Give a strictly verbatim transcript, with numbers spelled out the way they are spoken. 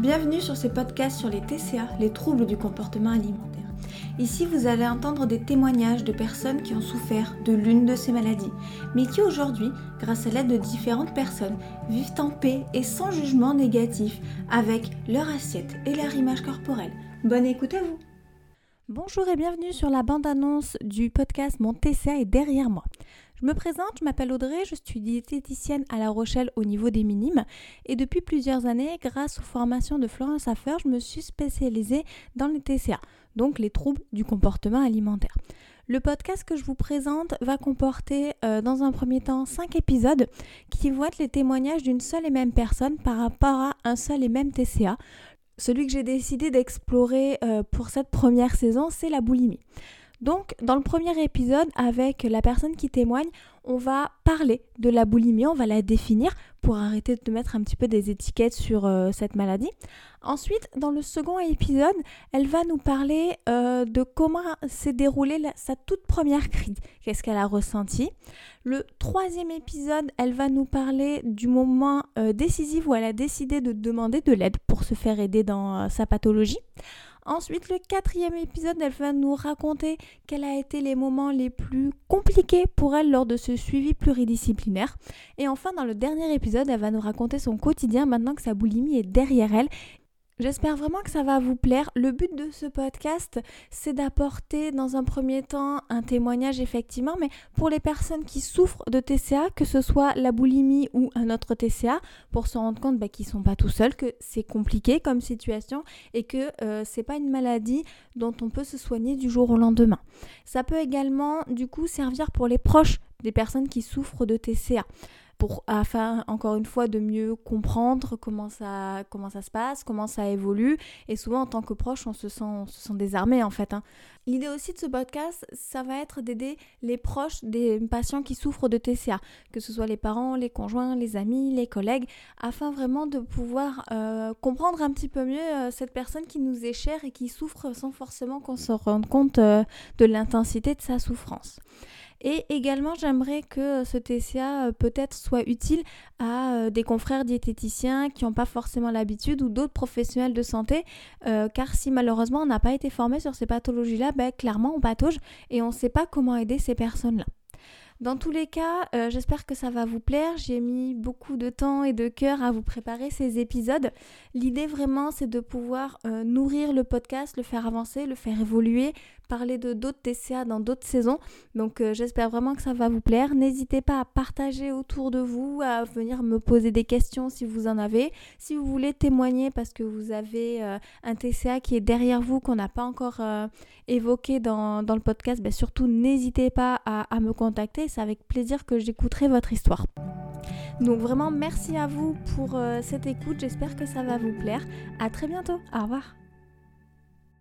Bienvenue sur ce podcast sur les T C A, les troubles du comportement alimentaire. Ici, vous allez entendre des témoignages de personnes qui ont souffert de l'une de ces maladies, mais qui aujourd'hui, grâce à l'aide de différentes personnes, vivent en paix et sans jugement négatif avec leur assiette et leur image corporelle. Bonne écoute à vous! Bonjour et bienvenue sur la bande-annonce du podcast Mon T C A est derrière moi. Je me présente, je m'appelle Audrey, je suis diététicienne à La Rochelle au niveau des minimes et depuis plusieurs années, grâce aux formations de Florence Affer, je me suis spécialisée dans les T C A, donc les troubles du comportement alimentaire. Le podcast que je vous présente va comporter euh, dans un premier temps cinq épisodes qui vont être les témoignages d'une seule et même personne par rapport à un seul et même T C A. Celui que j'ai décidé d'explorer euh, pour cette première saison, c'est la boulimie. Donc, dans le premier épisode, avec la personne qui témoigne, on va parler de la boulimie, on va la définir pour arrêter de mettre un petit peu des étiquettes sur euh, cette maladie. Ensuite, dans le second épisode, elle va nous parler euh, de comment s'est déroulée la, sa toute première crise, qu'est-ce qu'elle a ressenti. Le troisième épisode, elle va nous parler du moment euh, décisif où elle a décidé de demander de l'aide pour se faire aider dans euh, sa pathologie. Ensuite, le quatrième épisode, elle va nous raconter quels ont été les moments les plus compliqués pour elle lors de ce suivi pluridisciplinaire. Et enfin, dans le dernier épisode, elle va nous raconter son quotidien maintenant que sa boulimie est derrière elle. J'espère vraiment que ça va vous plaire. Le but de ce podcast, c'est d'apporter dans un premier temps un témoignage effectivement, mais pour les personnes qui souffrent de T C A, que ce soit la boulimie ou un autre T C A, pour se rendre compte bah, qu'ils ne sont pas tout seuls, que c'est compliqué comme situation et que euh, ce n'est pas une maladie dont on peut se soigner du jour au lendemain. Ça peut également du coup servir pour les proches des personnes qui souffrent de T C A. Pour, afin, encore une fois, de mieux comprendre comment ça, comment ça se passe, comment ça évolue. Et souvent, en tant que proche, on se sent, on se sent désarmé, en fait. Hein. L'idée aussi de ce podcast, ça va être d'aider les proches des patients qui souffrent de T C A, que ce soit les parents, les conjoints, les amis, les collègues, afin vraiment de pouvoir euh, comprendre un petit peu mieux euh, cette personne qui nous est chère et qui souffre sans forcément qu'on se rende compte euh, de l'intensité de sa souffrance. Et également, j'aimerais que ce T C A peut-être soit utile à des confrères diététiciens qui n'ont pas forcément l'habitude ou d'autres professionnels de santé, euh, car si malheureusement on n'a pas été formé sur ces pathologies-là, ben, clairement on patauge et on ne sait pas comment aider ces personnes-là. Dans tous les cas, euh, j'espère que ça va vous plaire. J'ai mis beaucoup de temps et de cœur à vous préparer ces épisodes. L'idée vraiment, c'est de pouvoir euh, nourrir le podcast, le faire avancer, le faire évoluer, parler de d'autres T C A dans d'autres saisons. Donc euh, j'espère vraiment que ça va vous plaire. N'hésitez pas à partager autour de vous, à venir me poser des questions si vous en avez. Si vous voulez témoigner parce que vous avez euh, un T C A qui est derrière vous, qu'on n'a pas encore euh, évoqué dans, dans le podcast, ben surtout n'hésitez pas à, à me contacter. C'est avec plaisir que j'écouterai votre histoire. Donc vraiment merci à vous pour euh, cette écoute, j'espère que ça va vous plaire. À très bientôt, au revoir.